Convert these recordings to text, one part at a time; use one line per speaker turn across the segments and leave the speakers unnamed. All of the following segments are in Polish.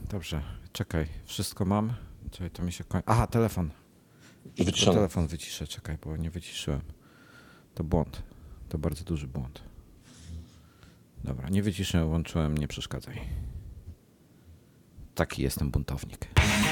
Dobrze, czekaj, wszystko mam. Czekaj, to mi się kończy. Aha, telefon. To telefon wyciszę, czekaj, bo nie wyciszyłem. To błąd. To bardzo duży błąd. Dobra, nie wyciszyłem, włączyłem, nie przeszkadzaj. Taki jestem buntownik.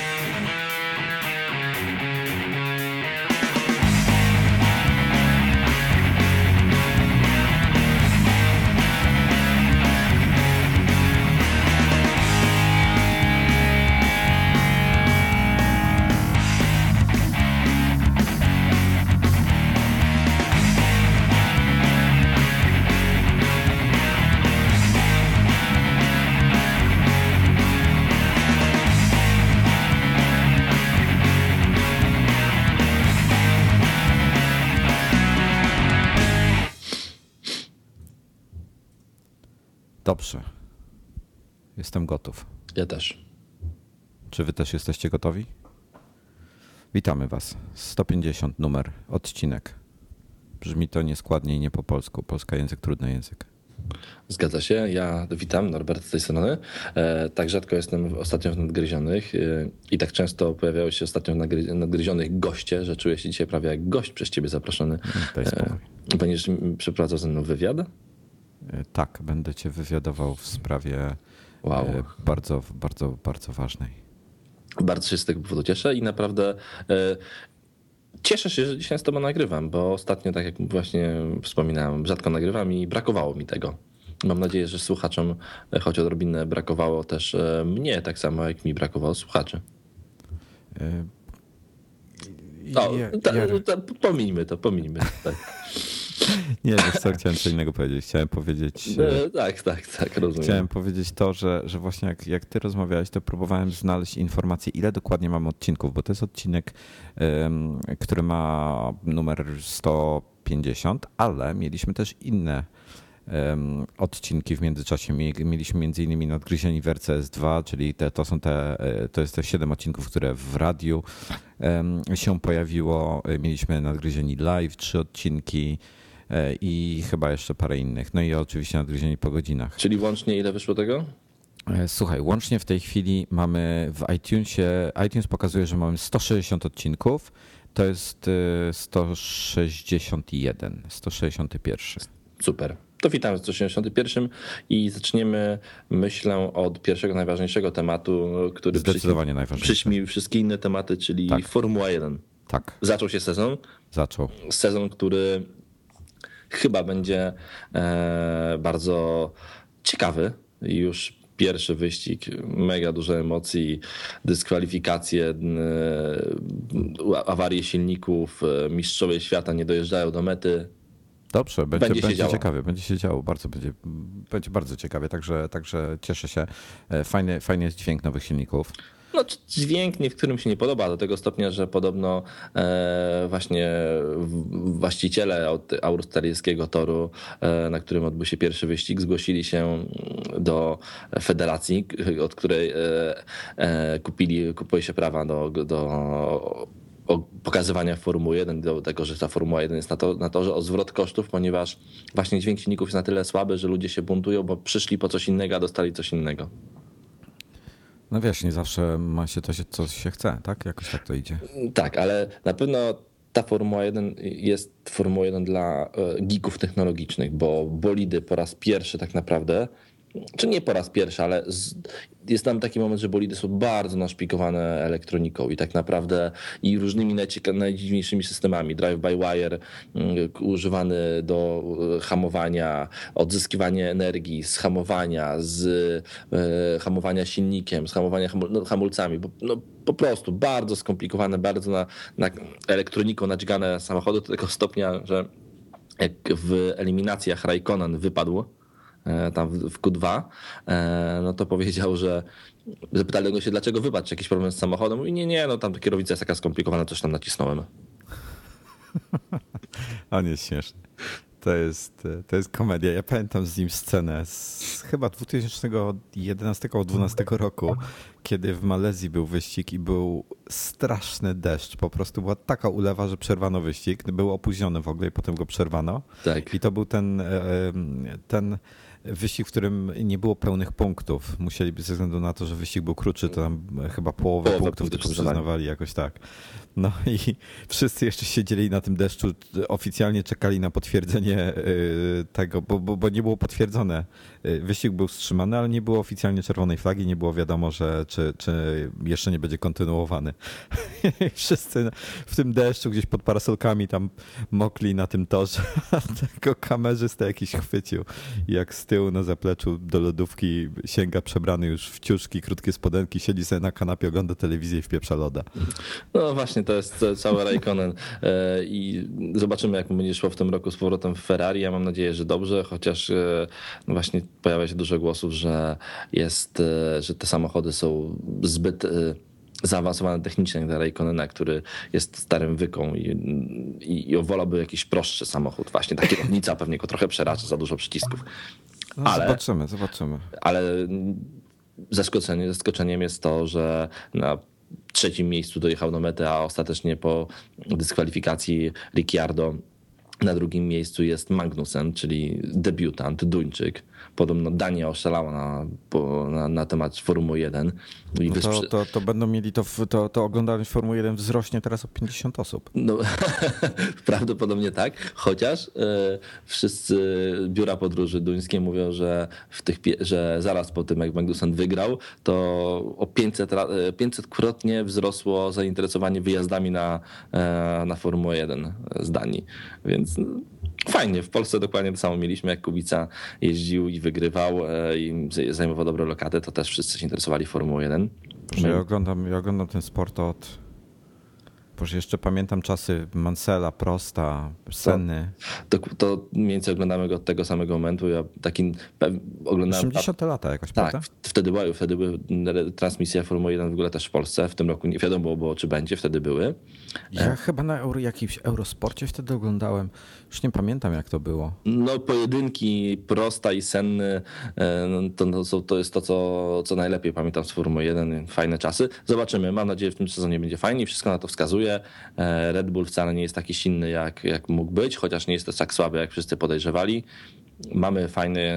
Dobrze. Jestem gotów.
Ja też.
Czy wy też jesteście gotowi? Witamy was. 150 numer, odcinek. Brzmi to nieskładnie i nie po polsku. Polska język, trudny język.
Zgadza się. Ja witam, Norbert z tej strony. Tak rzadko jestem ostatnio w Nadgryzionych i tak często pojawiają się ostatnio w Nadgryzionych goście, że czuję się dzisiaj prawie jak gość przez ciebie zaproszony.
Daj spokój.
Będziesz przeprowadzał ze mną wywiad?
Tak, będę cię wywiadował w sprawie bardzo, bardzo, bardzo ważnej.
Bardzo się z tego powodu cieszę i naprawdę cieszę się, że dzisiaj z tobą nagrywam, bo ostatnio, tak jak właśnie wspominałem, rzadko nagrywam i brakowało mi tego. Mam nadzieję, że słuchaczom choć odrobinę brakowało też mnie, tak samo jak mi brakowało słuchaczy. Pomijmy to. Tak.
Nie, wiesz co, chciałem co innego powiedzieć. Chciałem powiedzieć...
Tak, rozumiem.
Chciałem powiedzieć to, że właśnie jak ty rozmawiałeś, to próbowałem znaleźć informację, ile dokładnie mamy odcinków, bo to jest odcinek, który ma numer 150, ale mieliśmy też inne odcinki w międzyczasie. Mieliśmy między innymi Nadgryzieni w RCS2, czyli to jest te 7 odcinków, które w radiu się pojawiło. Mieliśmy Nadgryzieni Live, 3 odcinki i chyba jeszcze parę innych. No i oczywiście Nadgryzieni po godzinach.
Czyli łącznie ile wyszło tego?
Słuchaj, łącznie w tej chwili mamy w iTunesie, iTunes pokazuje, że mamy 160 odcinków, to jest 161.
Super. To witamy w 161 i zaczniemy, myślę, od pierwszego najważniejszego tematu, który
zdecydowanie najważniejszy.
Przyćmi wszystkie inne tematy, czyli
tak.
Formuła 1.
Tak.
Zaczął się sezon. Sezon, który chyba będzie bardzo ciekawy. Już pierwszy wyścig, mega dużo emocji, dyskwalifikacje, awarie silników, mistrzowie świata nie dojeżdżają do mety.
Dobrze, będzie ciekawie, będzie się działo, będzie bardzo ciekawie, także cieszę się. Fajny jest dźwięk nowych silników.
No, dźwięk niektórym się nie podoba do tego stopnia, że podobno właśnie właściciele australijskiego toru, na którym odbył się pierwszy wyścig, zgłosili się do federacji, od której kupuje się prawa do pokazywania Formuły 1, do tego, że ta Formuła 1 jest na torze, o zwrot kosztów, ponieważ właśnie dźwięk silników jest na tyle słaby, że ludzie się buntują, bo przyszli po coś innego, a dostali coś innego.
No wiesz, nie zawsze ma się to, co się chce, tak? Jakoś tak to idzie.
Tak, ale na pewno ta Formuła 1 jest Formuła 1 dla geeków technologicznych, bo bolidy po raz pierwszy tak naprawdę, czy nie po raz pierwszy, ale jest tam taki moment, że bolidy są bardzo naszpikowane elektroniką i tak naprawdę i różnymi najdziwniejszymi systemami. Drive-by-wire używany do hamowania, odzyskiwania energii, z hamowania silnikiem, z hamowania hamulcami. Po prostu bardzo skomplikowane, bardzo na elektroniką nadźgane samochody do tego stopnia, że jak w eliminacjach Raikkonen wypadł tam w Q2, no to powiedział, że zapytali go się, dlaczego wypadł, czy jakiś problem z samochodem. Mówi, nie, no tam ta kierownica jest taka skomplikowana, coś tam nacisnąłem.
On jest śmieszny. To jest komedia. Ja pamiętam z nim scenę z chyba 2011 albo 2012 roku, kiedy w Malezji był wyścig i był straszny deszcz. Po prostu była taka ulewa, że przerwano wyścig. Był opóźniony w ogóle i potem go przerwano.
Tak.
I to był ten wyścig, w którym nie było pełnych punktów. Musieliby ze względu na to, że wyścig był krótszy, to tam chyba połowę punktów tylko przyznawali jakoś tak. No i wszyscy jeszcze siedzieli na tym deszczu, oficjalnie czekali na potwierdzenie tego, bo nie było potwierdzone. Wyścig był wstrzymany, ale nie było oficjalnie czerwonej flagi, nie było wiadomo, że czy jeszcze nie będzie kontynuowany. I wszyscy w tym deszczu gdzieś pod parasolkami tam mokli na tym torze, a tego kamerzysta jakiś chwycił. Jak z tyłu na zapleczu do lodówki sięga przebrany już w ciuszki, krótkie spodenki, siedzi sobie na kanapie, ogląda telewizję i wpieprza loda.
No właśnie, to jest cały Raikkonen i zobaczymy, jak będzie szło w tym roku z powrotem w Ferrari. Ja mam nadzieję, że dobrze, chociaż no właśnie pojawia się dużo głosów, że te samochody są zbyt zaawansowane technicznie dla Raikkonena, który jest starym wyką i wolałby jakiś prostszy samochód. Właśnie ta kierownica pewnie go trochę przeracza, za dużo przycisków.
No, zobaczymy.
Ale zaskoczeniem jest to, że na trzecim miejscu dojechał do mety, a ostatecznie po dyskwalifikacji Ricciardo na drugim miejscu jest Magnussen, czyli debiutant, Duńczyk. Podobno Dania oszalała na temat Formuły 1.
To będą mieli to oglądalność Formuły 1 wzrośnie teraz o 50 osób.
No, prawdopodobnie tak, chociaż wszyscy biura podróży duńskie mówią, że zaraz po tym, jak Magnussen wygrał, to o 500-krotnie wzrosło zainteresowanie wyjazdami na Formułę 1 z Danii. Więc fajnie, w Polsce dokładnie to samo mieliśmy, jak Kubica jeździł i wygrywał i zajmował dobre lokaty, to też wszyscy się interesowali Formułą 1.
Ja oglądam ten sport Boże, jeszcze pamiętam czasy Mansella, Prosta, Senny.
To mniej więcej oglądamy go od tego samego momentu. Ja oglądałem
80 lata jakoś,
tak,
prawda?
wtedy były transmisje Formuły 1 w ogóle też w Polsce. W tym roku nie wiadomo było, czy będzie, wtedy były.
Ja chyba na jakimś Eurosporcie wtedy oglądałem. Już nie pamiętam, jak to było.
No pojedynki Prosta i Senny to jest to, co najlepiej pamiętam z Formuły 1. Fajne czasy. Zobaczymy. Mam nadzieję, że w tym sezonie będzie fajnie. Wszystko na to wskazuje. Red Bull wcale nie jest taki silny, jak mógł być, chociaż nie jest też tak słaby, jak wszyscy podejrzewali. Mamy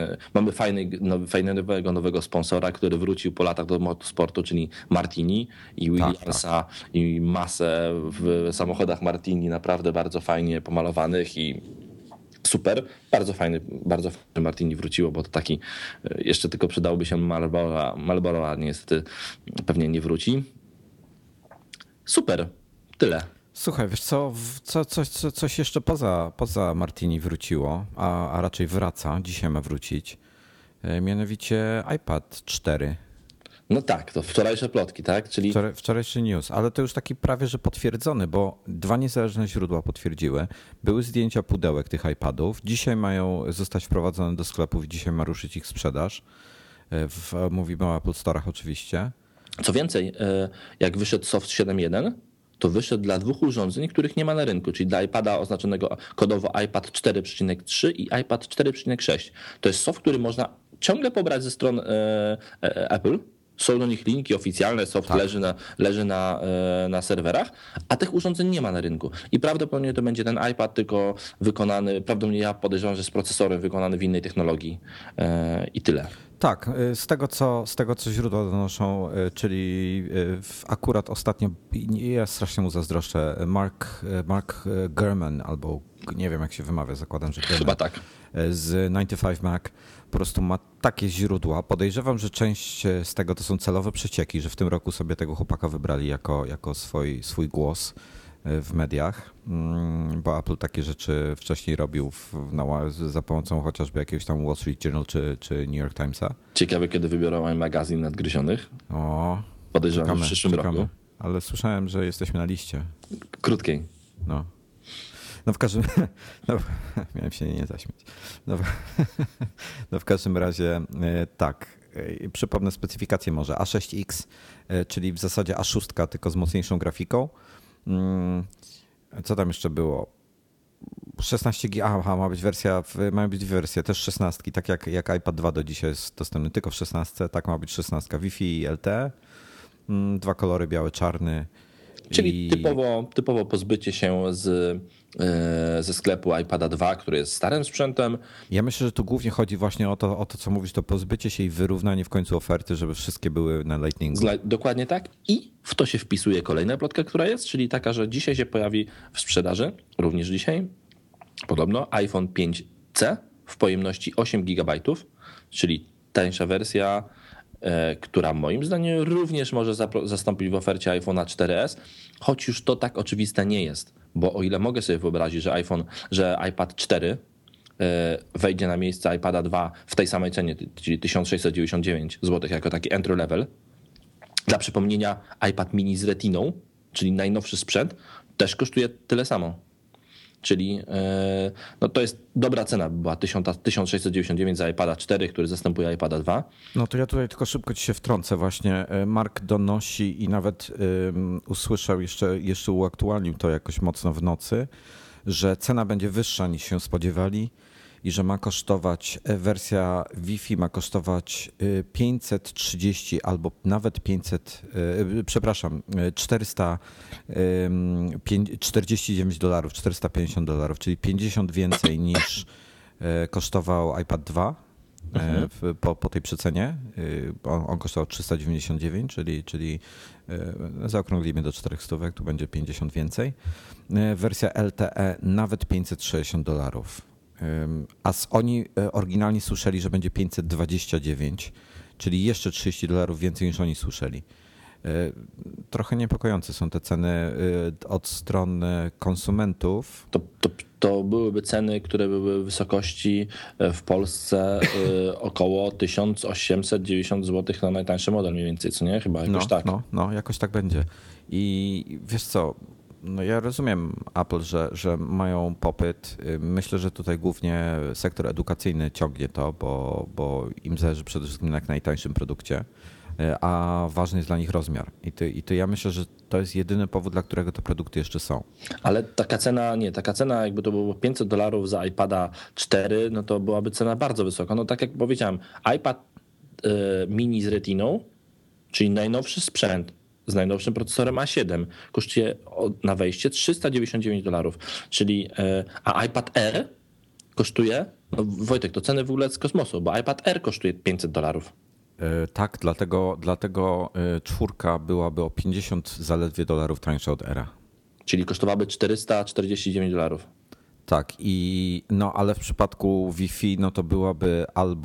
fajnego nowego sponsora, który wrócił po latach do motosportu, czyli Martini i Williamsa i masę w samochodach Martini naprawdę bardzo fajnie pomalowanych i super. Bardzo fajny Martini wróciło, bo to taki jeszcze tylko przydałoby się Marlboro, a niestety pewnie nie wróci. Super. Tyle.
Słuchaj, wiesz co, coś jeszcze poza Martini wróciło, a raczej wraca, dzisiaj ma wrócić, mianowicie iPad 4.
No tak, to wczorajsze plotki, tak? Czyli
Wczorajszy news, ale to już taki prawie, że potwierdzony, bo dwa niezależne źródła potwierdziły. Były zdjęcia pudełek tych iPadów, dzisiaj mają zostać wprowadzone do sklepów, dzisiaj ma ruszyć ich sprzedaż. Mówimy o Apple Store'ach oczywiście.
Co więcej, jak wyszedł Soft 7.1, to wyszedł dla dwóch urządzeń, których nie ma na rynku, czyli dla iPada oznaczonego kodowo iPad 4.3 i iPad 4.6. To jest soft, który można ciągle pobrać ze stron Apple. Są do nich linki oficjalne, soft tak. leży na serwerach, a tych urządzeń nie ma na rynku. I prawdopodobnie to będzie ten iPad, tylko wykonany, prawdopodobnie ja podejrzewam, że z procesorem wykonany w innej technologii i tyle.
Tak, z tego co źródła donoszą, czyli akurat ostatnio, ja strasznie mu zazdroszczę, Mark Gurman, albo nie wiem jak się wymawia, zakładam, że Gurman,
chyba tak,
z 95 Mac po prostu ma takie źródła. Podejrzewam, że część z tego to są celowe przecieki, że w tym roku sobie tego chłopaka wybrali jako swój głos w mediach, bo Apple takie rzeczy wcześniej robił za pomocą chociażby jakiegoś tam Wall Street Journal czy New York Timesa.
Ciekawe, kiedy wybiorą magazyn nadgryzionych. Podejrzewam, że w przyszłym roku.
Ale słyszałem, że jesteśmy na liście.
Krótkiej.
No w każdym... miałem się nie zaśmiać. W każdym razie tak. Przypomnę specyfikację może. A6X, czyli w zasadzie A6, tylko z mocniejszą grafiką. Co tam jeszcze było? 16 GB, mają być dwie wersje, też 16, tak jak iPad 2 do dzisiaj jest dostępny tylko w 16, tak ma być 16. Wi-Fi i LTE, dwa kolory, biały, czarny.
Czyli typowo pozbycie się ze sklepu iPada 2, który jest starym sprzętem.
Ja myślę, że tu głównie chodzi właśnie o to, co mówisz, to pozbycie się i wyrównanie w końcu oferty, żeby wszystkie były na Lightningu.
Dokładnie tak. I w to się wpisuje kolejna plotka, która jest, czyli taka, że dzisiaj się pojawi w sprzedaży, również dzisiaj, podobno iPhone 5C w pojemności 8 GB, czyli tańsza wersja, która moim zdaniem również może zastąpić w ofercie iPhone'a 4S, choć już to tak oczywiste nie jest, bo o ile mogę sobie wyobrazić, że iPad 4 wejdzie na miejsce iPada 2 w tej samej cenie, czyli 1699 zł jako taki entry level. Dla przypomnienia iPad mini z Retiną, czyli najnowszy sprzęt, też kosztuje tyle samo. Czyli no to jest dobra cena, była 1699 za iPada 4, który zastępuje iPada 2.
No to ja tutaj tylko szybko ci się wtrącę właśnie. Mark donosi i nawet usłyszał, jeszcze uaktualnił to jakoś mocno w nocy, że cena będzie wyższa niż się spodziewali i że ma kosztować, wersja Wi-Fi ma kosztować 530 albo nawet 449 dolarów, $450, czyli 50 więcej niż kosztował iPad 2 po tej przecenie. On kosztował 399, czyli zaokrąglimy do 400, tu będzie 50 więcej. Wersja LTE nawet $560. A oni oryginalnie słyszeli, że będzie 529, czyli jeszcze $30 więcej niż oni słyszeli. Trochę niepokojące są te ceny od strony konsumentów.
To byłyby ceny, które były w wysokości w Polsce około 1890 zł na najtańszy model mniej więcej, co nie? Chyba jakoś tak.
No, jakoś tak będzie. I wiesz co, no ja rozumiem Apple, że mają popyt. Myślę, że tutaj głównie sektor edukacyjny ciągnie to, bo im zależy przede wszystkim na jak najtańszym produkcie, a ważny jest dla nich rozmiar. I to ja myślę, że to jest jedyny powód, dla którego te produkty jeszcze są.
Ale taka cena, jakby to było $500 za iPada 4, no to byłaby cena bardzo wysoka. No tak jak powiedziałem, iPad mini z Retiną, czyli najnowszy sprzęt z najnowszym procesorem A7 kosztuje na wejście $399, czyli a iPad Air kosztuje, no Wojtek, to ceny w ogóle z kosmosu, bo iPad Air kosztuje $500.
Tak, dlatego czwórka byłaby o 50 zaledwie dolarów tańsza od Era.
Czyli kosztowałaby $449.
Tak, ale w przypadku Wi-Fi no to byłaby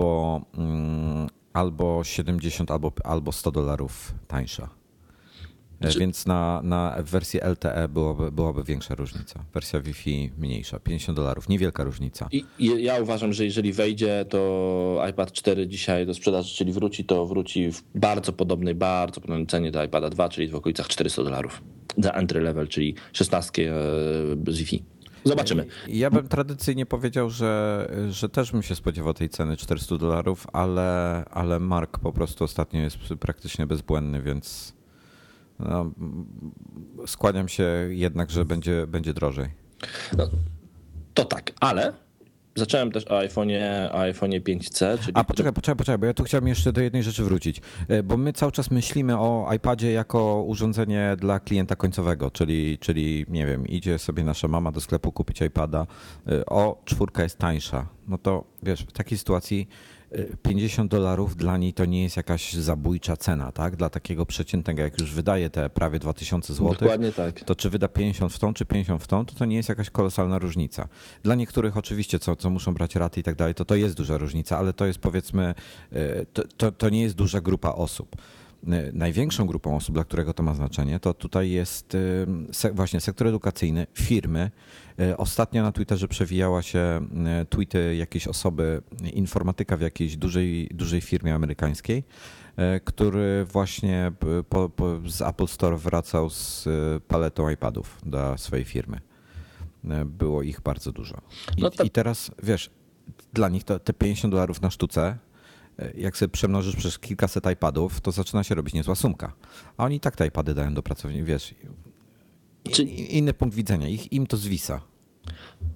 albo 70, albo $100 tańsza. Więc na wersji LTE byłaby większa różnica. Wersja Wi-Fi mniejsza, $50, niewielka różnica.
I ja uważam, że jeżeli wejdzie, to iPad 4 dzisiaj do sprzedaży, czyli wróci w bardzo podobnej cenie do iPada 2, czyli w okolicach $400 za entry level, czyli 16 z Wi-Fi. Zobaczymy.
Ja bym tradycyjnie powiedział, że też bym się spodziewał tej ceny $400, ale Mark po prostu ostatnio jest praktycznie bezbłędny, więc no, skłaniam się jednak, że będzie drożej.
No, to tak, ale zacząłem też o iPhone'ie 5C. Czyli...
A poczekaj, bo ja tu chciałem jeszcze do jednej rzeczy wrócić, bo my cały czas myślimy o iPadzie jako urządzenie dla klienta końcowego, czyli nie wiem, idzie sobie nasza mama do sklepu kupić iPada, czwórka jest tańsza, no to wiesz, w takiej sytuacji $50 dla niej to nie jest jakaś zabójcza cena, tak? Dla takiego przeciętnego, jak już wydaje te prawie 2000 zł,
dokładnie tak.
To czy wyda 50 w tą, czy 50 w tą, to nie jest jakaś kolosalna różnica. Dla niektórych oczywiście, co muszą brać raty i tak dalej, to jest duża różnica, ale to jest powiedzmy, to nie jest duża grupa osób. Największą grupą osób, dla którego to ma znaczenie, to tutaj jest właśnie sektor edukacyjny, firmy. Ostatnio na Twitterze przewijała się tweety jakiejś osoby, informatyka w jakiejś dużej firmie amerykańskiej, który właśnie z Apple Store wracał z paletą iPadów dla swojej firmy. Było ich bardzo dużo. I teraz, wiesz, dla nich te $50 na sztuce, jak sobie przemnożysz przez kilkaset iPadów, to zaczyna się robić niezła sumka. A oni tak te iPady dają do pracowników, wiesz. Inny punkt widzenia, im to zwisa.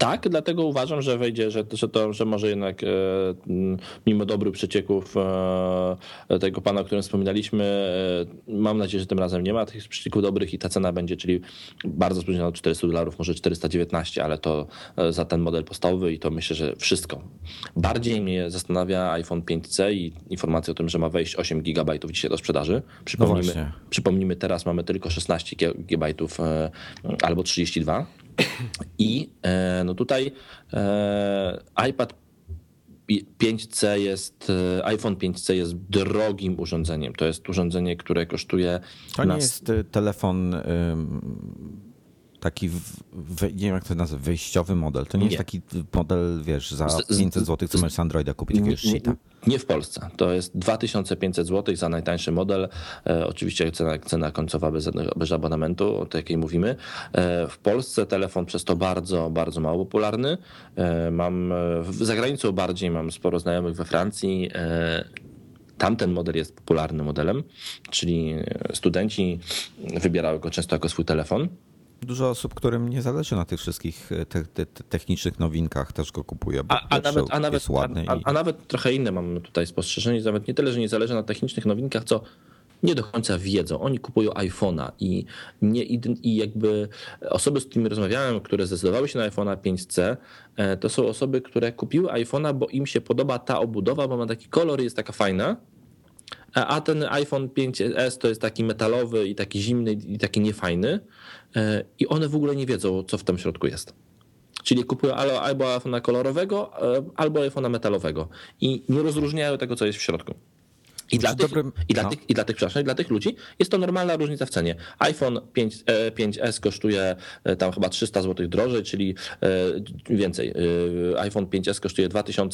Tak, dlatego uważam, że wejdzie, że może jednak mimo dobrych przecieków tego pana, o którym wspominaliśmy, mam nadzieję, że tym razem nie ma tych przecieków dobrych i ta cena będzie, czyli bardzo zbliżona do $400, może 419, ale to za ten model podstawowy i to myślę, że wszystko. Bardziej mnie zastanawia iPhone 5C i informacja o tym, że ma wejść 8 GB dzisiaj do sprzedaży. Przypomnijmy, teraz mamy tylko 16 GB albo 32. I no tutaj iPad 5C iPhone 5C jest drogim urządzeniem. To jest urządzenie, które kosztuje...
To nie jest telefon taki, nie wiem jak to nazwać, wejściowy model. To nie jest taki model, wiesz, za 500 zł, co możesz z Androida kupić jakiegoś shita.
Nie w Polsce. To jest 2500 zł za najtańszy model. Oczywiście cena końcowa bez abonamentu, o jakiej mówimy. W Polsce telefon przez to bardzo, bardzo mało popularny. Za granicą bardziej mam sporo znajomych we Francji. Tamten model jest popularnym modelem, czyli studenci wybierały go często jako swój telefon.
Dużo osób, którym nie zależy na tych wszystkich technicznych nowinkach, też go kupuje, bo jest ładny.
A nawet trochę inne mam tutaj spostrzeżenie, nawet nie tyle, że nie zależy na technicznych nowinkach, co nie do końca wiedzą. Oni kupują iPhone'a i jakby osoby, z którymi rozmawiałem, które zdecydowały się na iPhone'a 5C, to są osoby, które kupiły iPhone'a, bo im się podoba ta obudowa, bo ma taki kolor i jest taka fajna. A ten iPhone 5S to jest taki metalowy i taki zimny i taki niefajny i one w ogóle nie wiedzą, co w tym środku jest. Czyli kupują albo iPhone'a kolorowego, albo iPhone'a metalowego i nie rozróżniają tego, co jest w środku. Dla tych ludzi jest to normalna różnica w cenie. iPhone 5S kosztuje tam chyba 300 zł drożej, czyli więcej. iPhone 5S kosztuje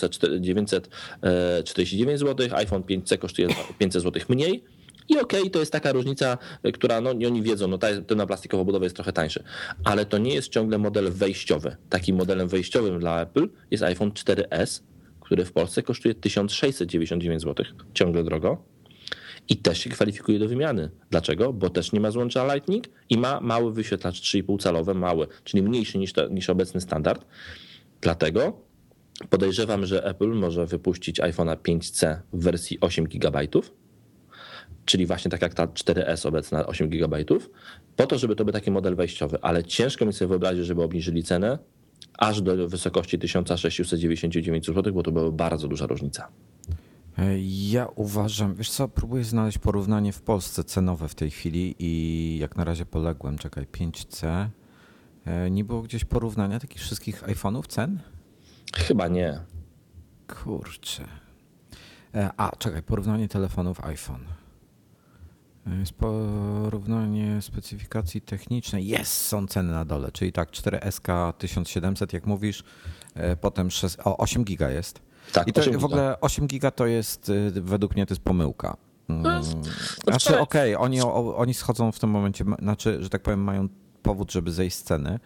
2949 zł, iPhone 5C kosztuje 500 zł mniej. I to jest taka różnica, która oni wiedzą, ten na plastikowo budowa jest trochę tańszy. Ale to nie jest ciągle model wejściowy. Takim modelem wejściowym dla Apple jest iPhone 4S, który w Polsce kosztuje 1699 zł, ciągle drogo. I też się kwalifikuje do wymiany. Dlaczego? Bo też nie ma złącza Lightning i ma mały wyświetlacz 3,5 calowy, mały, czyli mniejszy niż obecny standard. Dlatego podejrzewam, że Apple może wypuścić iPhone'a 5C w wersji 8 GB, czyli właśnie tak jak ta 4S obecna 8 GB, po to, żeby to był taki model wejściowy. Ale ciężko mi sobie wyobrazić, żeby obniżyli cenę aż do wysokości 1699 zł, bo to była bardzo duża różnica.
Ja uważam, wiesz co, próbuję znaleźć porównanie w Polsce cenowe w tej chwili i jak na razie poległem, 5C. Nie było gdzieś porównania takich wszystkich iPhone'ów cen?
Chyba nie.
Kurczę. Porównanie telefonów iPhone. Jest porównanie specyfikacji technicznej. Są ceny na dole, czyli tak 4SK 1700, jak mówisz, potem 8 giga jest.
Tak,
i to w ogóle 8 giga to jest, według mnie to jest pomyłka. Oni schodzą w tym momencie, że tak powiem, mają powód, żeby zejść z ceny,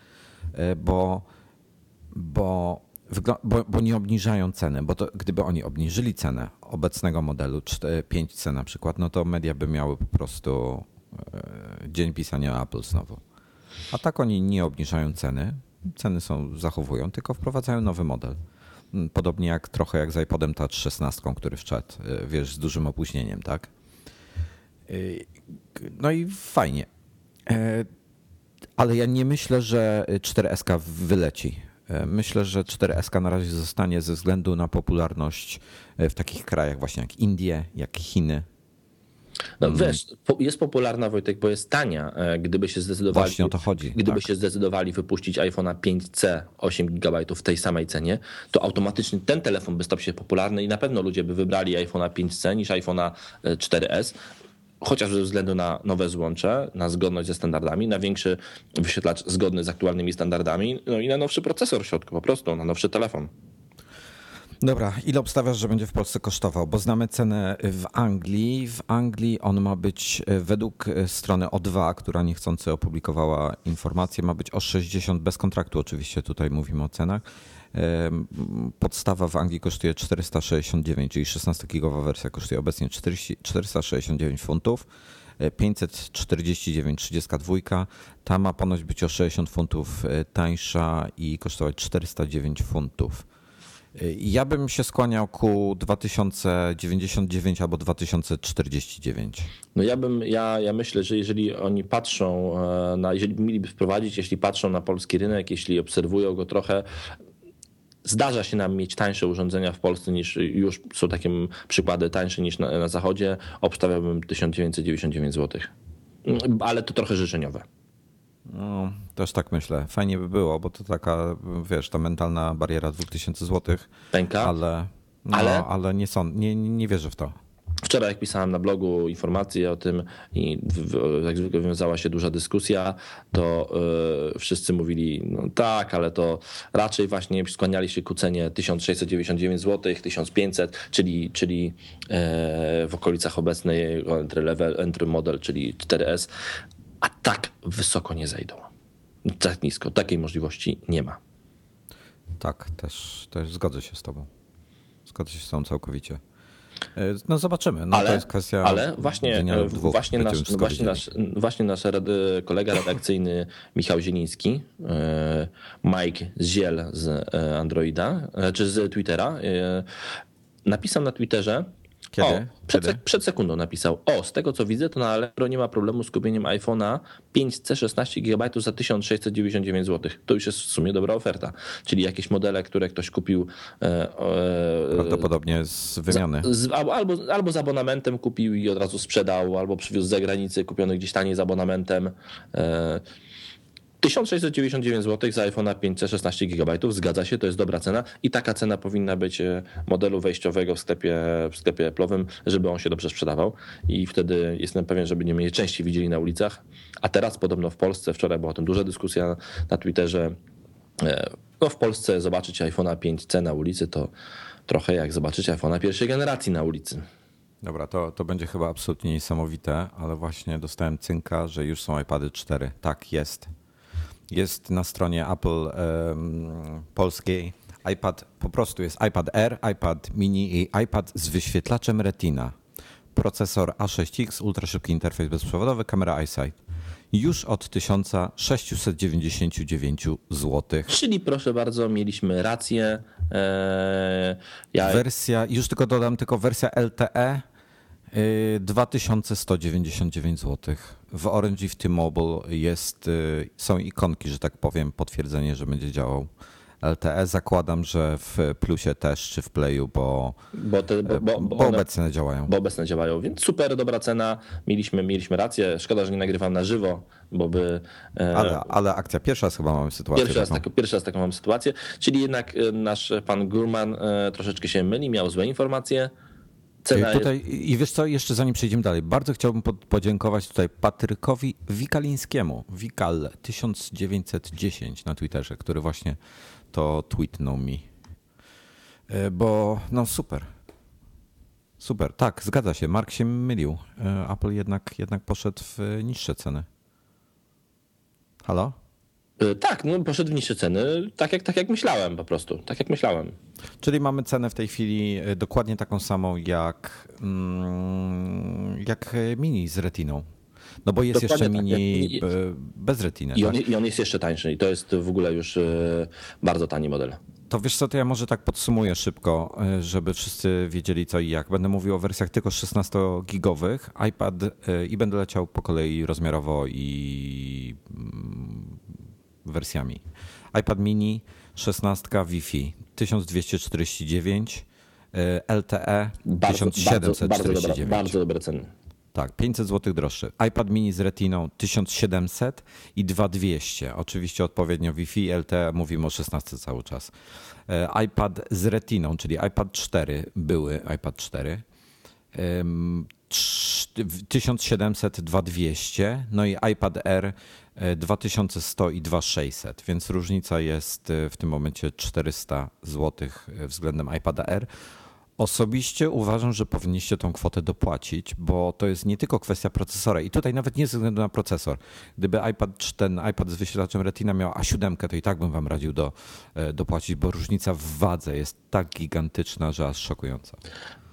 bo nie obniżają ceny, bo to gdyby oni obniżyli cenę obecnego modelu 5C na przykład, no to media by miały po prostu dzień pisania Apple znowu. A tak oni nie obniżają ceny zachowują, tylko wprowadzają nowy model. Podobnie trochę jak z iPodem Touch 16, który wszedł, wiesz, z dużym opóźnieniem, tak? No i fajnie. Ale ja nie myślę, że 4SK wyleci. Myślę, że 4SK na razie zostanie ze względu na popularność w takich krajach właśnie jak Indie, jak Chiny.
No wiesz, jest popularna, Wojtek, bo jest tania. Gdyby się zdecydowali,
właśnie o to chodzi.
Gdyby się zdecydowali wypuścić iPhone'a 5C 8 GB w tej samej cenie, to automatycznie ten telefon by stał się popularny i na pewno ludzie by wybrali iPhone'a 5C niż iPhone'a 4S. Chociaż ze względu na nowe złącze, na zgodność ze standardami, na większy wyświetlacz zgodny z aktualnymi standardami, no i na nowszy procesor w środku, po prostu, na nowszy telefon.
Dobra, ile obstawiasz, że będzie w Polsce kosztował? Bo znamy cenę w Anglii. W Anglii on ma być według strony O2, która niechcący opublikowała informację, ma być o 60 bez kontraktu oczywiście, tutaj mówimy o cenach. Podstawa w Anglii kosztuje 469, czyli 16-gigowa wersja kosztuje obecnie 469 funtów. 549 32. Ta ma ponoć być o 60 funtów tańsza i kosztować 409 funtów. Ja bym się skłaniał ku 2099 albo 2049.
No ja myślę, że jeżeli oni patrzą jeżeli mieliby wprowadzić, jeśli patrzą na polski rynek, jeśli obserwują go trochę, zdarza się nam mieć tańsze urządzenia w Polsce niż już są takie przykłady tańsze niż na zachodzie, obstawiałbym 1999 zł. Ale to trochę życzeniowe.
No, też tak myślę. Fajnie by było, bo to taka, wiesz, ta mentalna bariera 2000 zł.
Pęka?
Ale nie wierzę w to.
Wczoraj, jak pisałem na blogu informacje o tym i jak zwykle wiązała się duża dyskusja, to wszyscy mówili, no tak, ale to raczej właśnie skłaniali się ku cenie 1699 zł, 1500, czyli w okolicach obecnej entry model, czyli 4S, a tak wysoko nie zejdą. Tak nisko. Takiej możliwości nie ma.
Tak, też zgodzę się z tobą. Zgodzę się z tobą całkowicie. No zobaczymy. No, to jest kwestia
właśnie nasz kolega redakcyjny Michał Zieliński, Mike Ziel z Androida, czy z Twittera, napisał na Twitterze,
Kiedy?
Przed sekundą napisał, z tego co widzę, to na Allegro nie ma problemu z kupieniem iPhone'a 5C 16 GB za 1699 zł. To już jest w sumie dobra oferta. Czyli jakieś modele, które ktoś kupił
prawdopodobnie z wymiany.
Albo z abonamentem kupił i od razu sprzedał, albo przywiózł z zagranicy kupiony gdzieś taniej z abonamentem. 1699 zł za iPhone'a 5C 16 GB, zgadza się, to jest dobra cena i taka cena powinna być modelu wejściowego w sklepie Apple'owym, żeby on się dobrze sprzedawał i wtedy jestem pewien, że będziemy je częściej widzieli na ulicach, a teraz podobno w Polsce, wczoraj była o tym duża dyskusja na Twitterze, no w Polsce zobaczyć iPhone'a 5C na ulicy to trochę jak zobaczyć iPhone'a pierwszej generacji na ulicy.
Dobra, to będzie chyba absolutnie niesamowite, ale właśnie dostałem cynka, że już są iPady 4. Tak, jest. Jest na stronie Apple polskiej iPad, po prostu jest iPad Air, iPad mini i iPad z wyświetlaczem Retina. Procesor A6X, ultraszybki interfejs bezprzewodowy, kamera EyeSight. Już od 1699 zł.
Czyli proszę bardzo, mieliśmy rację.
Wersja, już tylko dodam, wersja LTE 2199 zł. W Orange i w T-Mobile są ikonki, że tak powiem, potwierdzenie, że będzie działał LTE. Zakładam, że w Plusie też, czy w Playu, bo obecne działają.
Bo obecne działają, więc super, dobra cena. Mieliśmy rację. Szkoda, że nie nagrywam na żywo, bo by...
Ale akcja pierwsza raz chyba mamy sytuację.
Pierwszy raz taką mamy sytuację. Czyli jednak nasz pan Gurman troszeczkę się myli, miał złe informacje.
I wiesz co, jeszcze zanim przejdziemy dalej, bardzo chciałbym podziękować tutaj Patrykowi Wikalińskiemu, Wikal 1910 na Twitterze, który właśnie to tweetnął mi. Bo no super. Super, tak, zgadza się, Mark się mylił. Apple jednak poszedł w niższe ceny. Halo?
Tak, no poszedł w niższe ceny, tak jak myślałem po prostu, tak jak myślałem.
Czyli mamy cenę w tej chwili dokładnie taką samą jak mini z retiną. No bo jest dokładnie jeszcze mini bez retiny.
I on jest jeszcze tańszy i to jest w ogóle już bardzo tani model.
To wiesz co, to ja może tak podsumuję szybko, żeby wszyscy wiedzieli co i jak. Będę mówił o wersjach tylko 16-gigowych iPad i będę leciał po kolei rozmiarowo i wersjami. iPad mini 16 Wi-Fi 1249, LTE 1749.
Bardzo dobre ceny.
Tak, 500 zł droższy. iPad mini z retiną 1700 i 2200. Oczywiście odpowiednio Wi-Fi, LTE, mówimy o 16 cały czas. iPad z retiną, czyli iPad 4, były iPad 4. 1700, 2200, no i iPad Air 2100 i 2600, więc różnica jest w tym momencie 400 zł względem iPada Air. Osobiście uważam, że powinniście tą kwotę dopłacić, bo to jest nie tylko kwestia procesora i tutaj nawet nie ze względu na procesor. Gdyby ten iPad z wyświetlaczem Retina miał A7, to i tak bym wam radził dopłacić, bo różnica w wadze jest tak gigantyczna, że aż szokująca.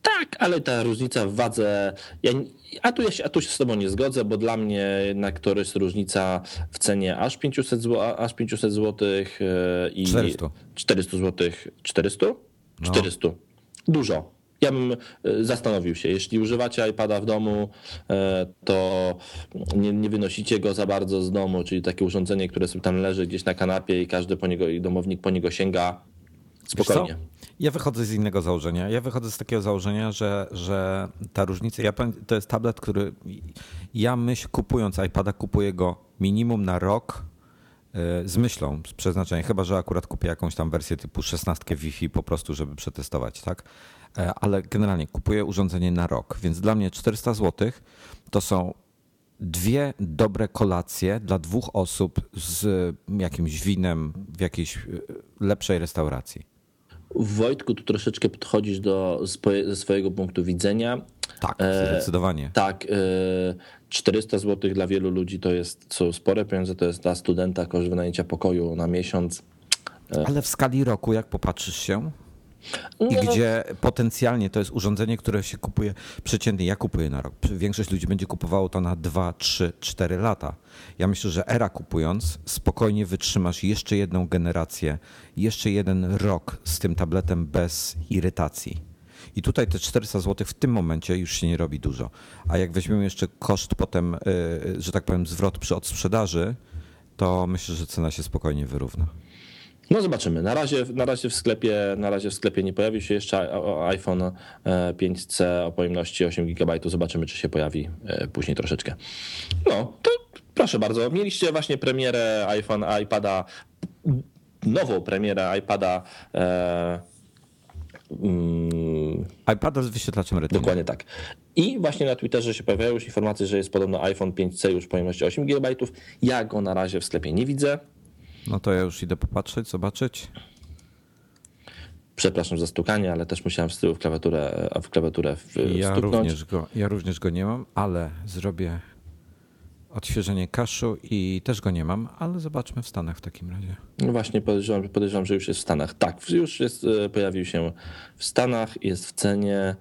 Tak, ale ta różnica w wadze. A tu się z tobą nie zgodzę, bo dla mnie jednak to jest różnica w cenie aż 500 złotych i
400.
400 złotych. 400?
No.
400. Dużo. Ja bym zastanowił się, jeśli używacie iPada w domu, to nie wynosicie go za bardzo z domu, czyli takie urządzenie, które sobie tam leży gdzieś na kanapie i każdy po niego, i domownik po niego sięga. Spokojnie.
Ja wychodzę z innego założenia. Ja wychodzę z takiego założenia, że ta różnica, to jest tablet, który kupując iPada, kupuję go minimum na rok z myślą, z przeznaczeniem, chyba że akurat kupię jakąś tam wersję typu 16 Wi-Fi po prostu, żeby przetestować, tak? Ale generalnie kupuję urządzenie na rok, więc dla mnie 400 zł to są dwie dobre kolacje dla dwóch osób z jakimś winem w jakiejś lepszej restauracji.
Wojtku, tu troszeczkę podchodzisz ze swojego punktu widzenia.
Tak, zdecydowanie.
Tak, 400 zł dla wielu ludzi są spore pieniądze, to jest dla studenta koszt wynajęcia pokoju na miesiąc.
Ale w skali roku, jak popatrzysz się, i gdzie potencjalnie to jest urządzenie, które się kupuje przeciętnie, ja kupuję na rok. Większość ludzi będzie kupowało to na 2, 3, 4 lata. Ja myślę, że kupując spokojnie wytrzymasz jeszcze jedną generację, jeszcze jeden rok z tym tabletem bez irytacji. I tutaj te 400 zł w tym momencie już się nie robi dużo. A jak weźmiemy jeszcze koszt potem, że tak powiem, zwrot przy odsprzedaży, to myślę, że cena się spokojnie wyrówna.
No zobaczymy. Na razie w sklepie nie pojawił się jeszcze iPhone 5C o pojemności 8 GB. Zobaczymy, czy się pojawi później troszeczkę. No, to proszę bardzo. Mieliście właśnie premierę iPada, nową premierę iPada.
iPada z wyświetlaczem Retina.
Dokładnie tak. I właśnie na Twitterze się pojawiają już informacje, że jest podobno iPhone 5C już pojemności 8 GB. Ja go na razie w sklepie nie widzę.
No to ja już idę popatrzeć, zobaczyć.
Przepraszam za stukanie, ale też musiałem z tyłu w klawiaturę stuknąć.
Ja również go nie mam, ale zrobię odświeżenie kaszu i też go nie mam, ale zobaczmy w Stanach w takim razie.
No właśnie, podejrzewam, że już jest w Stanach. Tak, już pojawił się w Stanach, jest w cenie.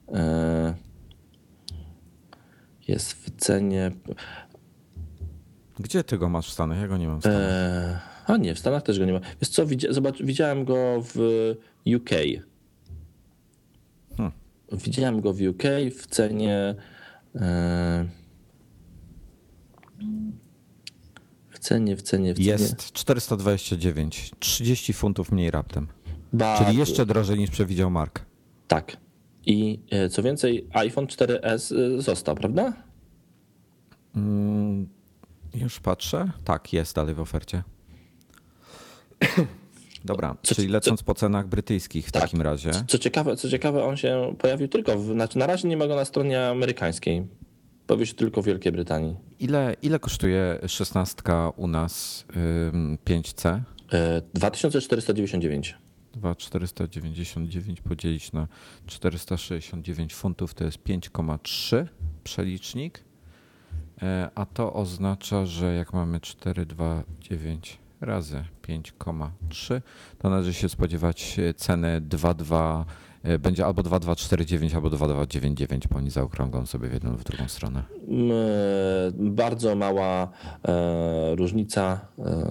Jest w cenie.
Gdzie ty go masz w Stanach? Ja go nie mam w Stanach.
A nie, w Stanach też go nie ma. Wiesz co, widziałem go w UK. Widziałem go w UK w cenie. W cenie.
Jest 429, 30 funtów mniej raptem. Czyli jeszcze drożej niż przewidział Mark.
Tak. I co więcej, iPhone 4S został, prawda?
Już patrzę. Tak, jest dalej w ofercie. Dobra, czyli lecąc po cenach brytyjskich w takim razie.
Co ciekawe, on się pojawił na razie nie ma go na stronie amerykańskiej. Pojawił się tylko w Wielkiej Brytanii.
Ile kosztuje 16 u nas 5C?
2499.
2,499 podzielić na 469 funtów to jest 5,3 przelicznik. A to oznacza, że jak mamy 429 razy 5,3, to należy się spodziewać ceny 2,2, będzie albo 2,249 albo 2,299, bo oni zaokrągą sobie w jedną lub w drugą stronę.
Bardzo mała różnica.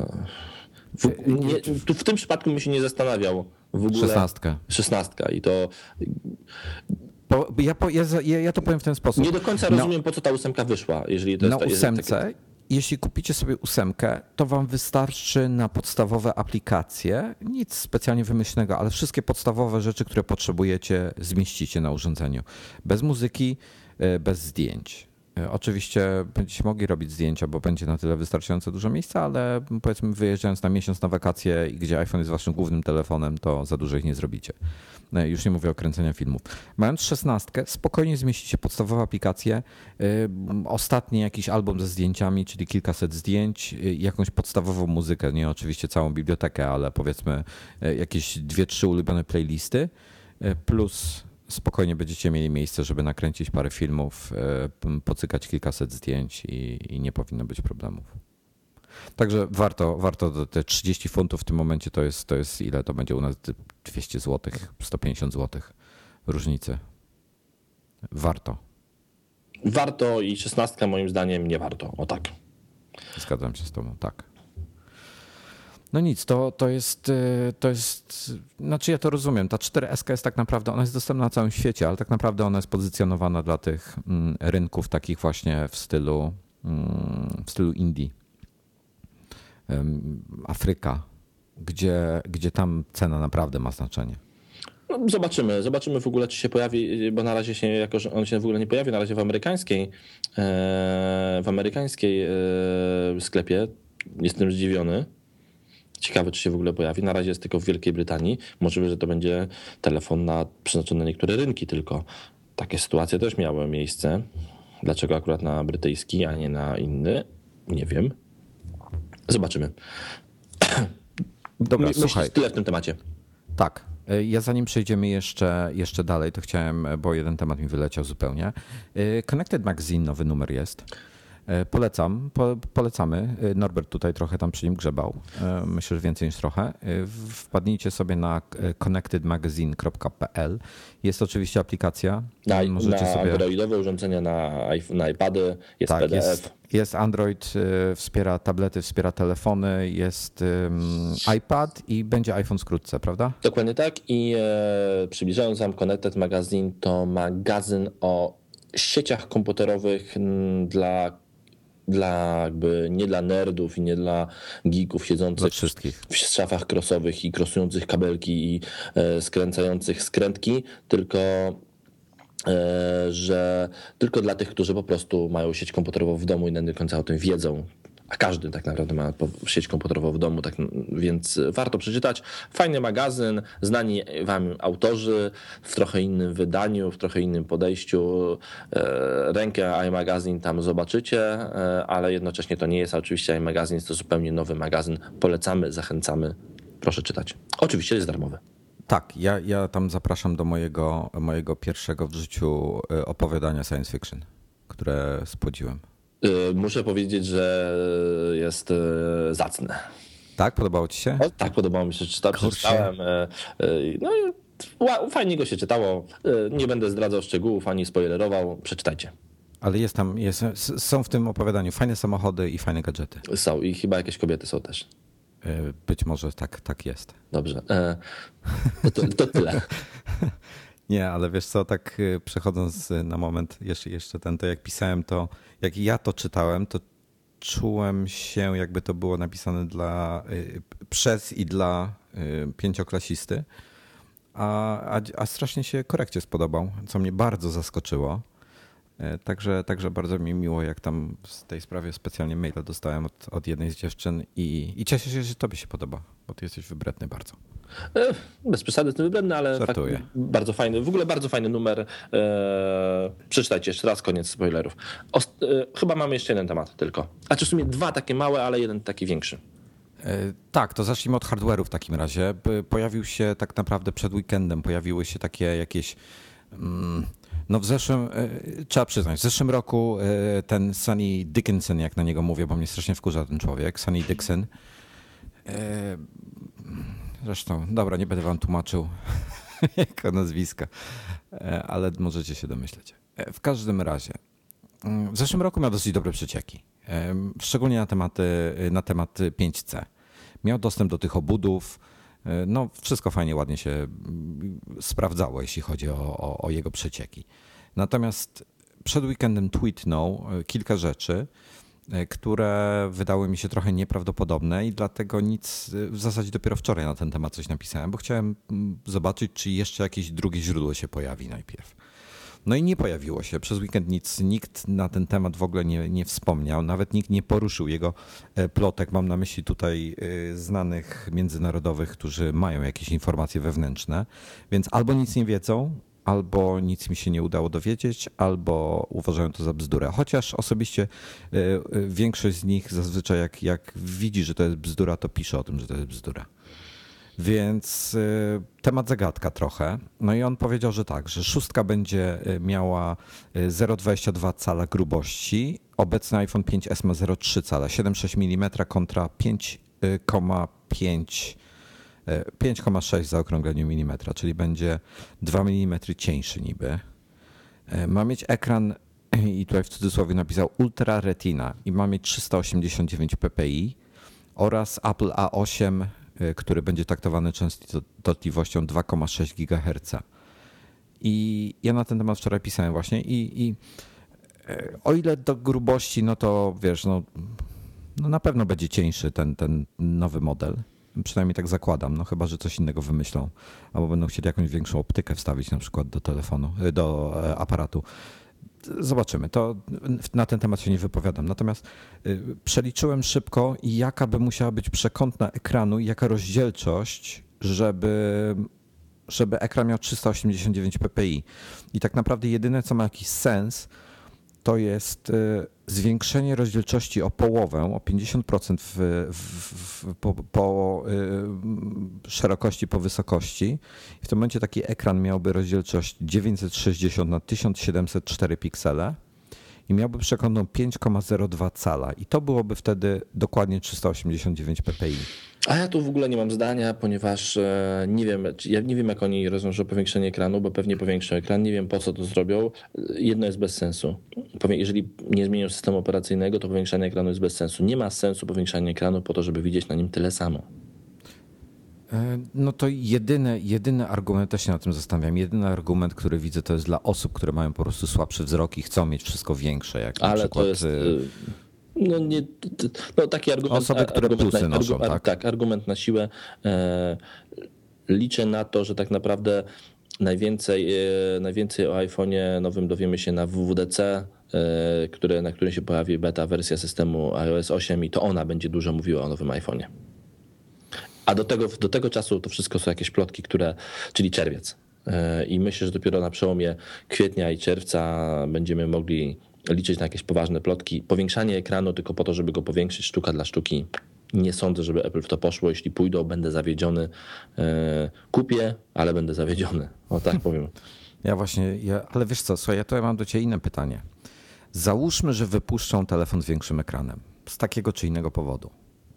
W tym przypadku bym się nie zastanawiał w ogóle. 16 i to.
Ja to powiem w ten sposób.
Nie do końca rozumiem, po co ta 8 wyszła. Jeżeli to jest
ósemce, jeśli kupicie sobie 8, to wam wystarczy na podstawowe aplikacje, nic specjalnie wymyślnego, ale wszystkie podstawowe rzeczy, które potrzebujecie, zmieścicie na urządzeniu. Bez muzyki, bez zdjęć. Oczywiście będziecie mogli robić zdjęcia, bo będzie na tyle wystarczająco dużo miejsca, ale powiedzmy wyjeżdżając na miesiąc na wakacje, gdzie iPhone jest waszym głównym telefonem, to za dużo ich nie zrobicie. Już nie mówię o kręceniu filmów. Mając 16, spokojnie zmieścicie podstawowe aplikacje, ostatni jakiś album ze zdjęciami, czyli kilkaset zdjęć, jakąś podstawową muzykę, nie oczywiście całą bibliotekę, ale powiedzmy jakieś 2-3 ulubione playlisty, plus spokojnie będziecie mieli miejsce, żeby nakręcić parę filmów, pocykać kilkaset zdjęć i nie powinno być problemów. Także warto te 30 funtów w tym momencie to jest ile to będzie u nas 200 zł, 150 zł różnicy. Warto.
Warto i 16 moim zdaniem nie warto. O tak.
Zgadzam się z tobą, tak. No nic, to jest, znaczy ja to rozumiem, ta 4S jest tak naprawdę, ona jest dostępna na całym świecie, ale tak naprawdę ona jest pozycjonowana dla tych rynków takich właśnie w stylu Indii, Afryka, gdzie tam cena naprawdę ma znaczenie.
No, zobaczymy w ogóle, czy się pojawi, bo na razie się, jako że on się w ogóle nie pojawi, na razie w amerykańskiej sklepie. Jestem zdziwiony. Ciekawe, czy się w ogóle pojawi. Na razie jest tylko w Wielkiej Brytanii. Możliwe, że to będzie telefon przeznaczony na niektóre rynki tylko. Takie sytuacje też miały miejsce. Dlaczego akurat na brytyjski, a nie na inny? Nie wiem. Zobaczymy.
Dobra, słuchaj.
Tyle w tym temacie.
Tak. Ja zanim przejdziemy jeszcze dalej, to chciałem, bo jeden temat mi wyleciał zupełnie. Connected Magazine, nowy numer jest. Polecamy. Norbert tutaj trochę tam przy nim grzebał. Myślę, że więcej niż trochę. Wpadnijcie sobie na connectedmagazine.pl. Jest oczywiście aplikacja.
Możecie na sobie... androidowe urządzenia, na iPady, jest tak, PDF.
Jest Android, wspiera tablety, wspiera telefony, jest iPad i będzie iPhone wkrótce, prawda?
Dokładnie tak i przybliżając wam, Connected Magazine to magazyn o sieciach komputerowych jakby nie dla nerdów i nie dla geeków siedzących w szafach crossowych i crossujących kabelki i skręcających skrętki, tylko dla tych, którzy po prostu mają sieć komputerową w domu i nie do końca o tym wiedzą. A każdy tak naprawdę ma sieć komputerową w domu, tak więc warto przeczytać. Fajny magazyn, znani wam autorzy w trochę innym wydaniu, w trochę innym podejściu. Rękę iMagazine tam zobaczycie, ale jednocześnie to nie jest oczywiście iMagazine, jest to zupełnie nowy magazyn. Polecamy, zachęcamy. Proszę czytać. Oczywiście jest darmowy.
Tak, ja tam zapraszam do mojego pierwszego w życiu opowiadania science fiction, które spłodziłem.
Muszę powiedzieć, że jest zacne.
Tak? Podobało ci się?
O, tak, podobało mi się. Przeczytałem. No i fajnie go się czytało. Nie będę zdradzał szczegółów ani spoilerował. Przeczytajcie.
Ale są w tym opowiadaniu fajne samochody i fajne gadżety.
Są i chyba jakieś kobiety są też.
Być może tak jest.
Dobrze. To tyle.
Nie, ale wiesz co, tak przechodząc na moment, jeszcze to jak pisałem to, jak ja to czytałem, to czułem się, jakby to było napisane przez i dla pięcioklasisty, a strasznie się korekcie spodobał, co mnie bardzo zaskoczyło. Także bardzo mi miło, jak tam w tej sprawie specjalnie maila dostałem od jednej z dziewczyn i cieszę się, że tobie się podoba, bo ty jesteś wybredny bardzo.
Bez przesady jestem wybredny, ale bardzo fajny, w ogóle bardzo fajny numer. Przeczytajcie jeszcze raz, koniec spoilerów. Chyba mamy jeszcze jeden temat tylko. A czy w sumie dwa takie małe, ale jeden taki większy.
Tak, to zacznijmy od hardware'u w takim razie. Pojawił się tak naprawdę przed weekendem, pojawiły się takie jakieś... No trzeba przyznać, w zeszłym roku ten Sonny Dickinson, jak na niego mówię, bo mnie strasznie wkurza ten człowiek, Sonny Dixon. Zresztą, dobra, nie będę wam tłumaczył jego nazwiska, ale możecie się domyśleć. W każdym razie, w zeszłym roku miał dosyć dobre przecieki, szczególnie na temat 5C. Miał dostęp do tych obudów, no wszystko fajnie, ładnie się sprawdzało, jeśli chodzi o jego przecieki. Natomiast przed weekendem tweetnął kilka rzeczy, które wydały mi się trochę nieprawdopodobne i dlatego w zasadzie dopiero wczoraj na ten temat coś napisałem, bo chciałem zobaczyć, czy jeszcze jakieś drugie źródło się pojawi najpierw. No i nie pojawiło się. Przez weekend nikt na ten temat w ogóle nie wspomniał. Nawet nikt nie poruszył jego plotek. Mam na myśli tutaj znanych międzynarodowych, którzy mają jakieś informacje wewnętrzne. Więc albo nic nie wiedzą, albo nic mi się nie udało dowiedzieć, albo uważają to za bzdurę. Chociaż osobiście większość z nich zazwyczaj jak widzi, że to jest bzdura, to pisze o tym, że to jest bzdura. Więc temat zagadka trochę. No i on powiedział, że tak, że 6 będzie miała 0,22 cala grubości. Obecny iPhone 5S ma 0,3 cala, 7,6 mm kontra 5,6 zaokrągleniu milimetra, czyli będzie 2 mm cieńszy niby. Ma mieć ekran, i tutaj w cudzysłowie napisał Ultra Retina i ma mieć 389 ppi oraz Apple A8, który będzie taktowany częstotliwością 2,6 GHz. I ja na ten temat wczoraj pisałem właśnie i o ile do grubości, no to wiesz, no na pewno będzie cieńszy ten nowy model. Przynajmniej tak zakładam, no chyba, że coś innego wymyślą. Albo będą chcieli jakąś większą optykę wstawić na przykład do telefonu, do aparatu. Zobaczymy. To na ten temat się nie wypowiadam. Natomiast przeliczyłem szybko, jaka by musiała być przekątna ekranu i jaka rozdzielczość, żeby ekran miał 389 ppi. I tak naprawdę jedyne, co ma jakiś sens, to jest zwiększenie rozdzielczości o połowę, o 50% po szerokości, po wysokości. I w tym momencie taki ekran miałby rozdzielczość 960 na 1704 piksele i miałby przekątną 5,02 cala. I to byłoby wtedy dokładnie 389 ppi.
A ja tu w ogóle nie mam zdania, ponieważ ja nie wiem, jak oni rozwiążą powiększenie ekranu, bo pewnie powiększą ekran. Nie wiem, po co to zrobią. Jedno jest bez sensu. Jeżeli nie zmienią systemu operacyjnego, to powiększanie ekranu jest bez sensu. Nie ma sensu powiększania ekranu po to, żeby widzieć na nim tyle samo.
No to jedyny argument, też się na tym zastanawiam, jedyny argument, który widzę, to jest dla osób, które mają po prostu słabszy wzrok i chcą mieć wszystko większe. Jak
ale
na przykład,
to jest... taki argument.
Osoby, które plusy noszą, tak?
Tak, argument na siłę. Liczę na to, że tak naprawdę najwięcej o iPhone'ie nowym dowiemy się na WWDC, na którym się pojawi beta wersja systemu iOS 8 i to ona będzie dużo mówiła o nowym iPhone'ie. A do tego czasu to wszystko są jakieś plotki, czyli czerwiec. I myślę, że dopiero na przełomie kwietnia i czerwca będziemy mogli liczyć na jakieś poważne plotki. Powiększanie ekranu tylko po to, żeby go powiększyć sztuka dla sztuki. Nie sądzę, żeby Apple w to poszło. Jeśli pójdą, będę zawiedziony. Kupię, ale będę zawiedziony. O tak powiem.
Ale wiesz co, słuchaj, ja mam do ciebie inne pytanie. Załóżmy, że wypuszczą telefon z większym ekranem. Z takiego czy innego powodu.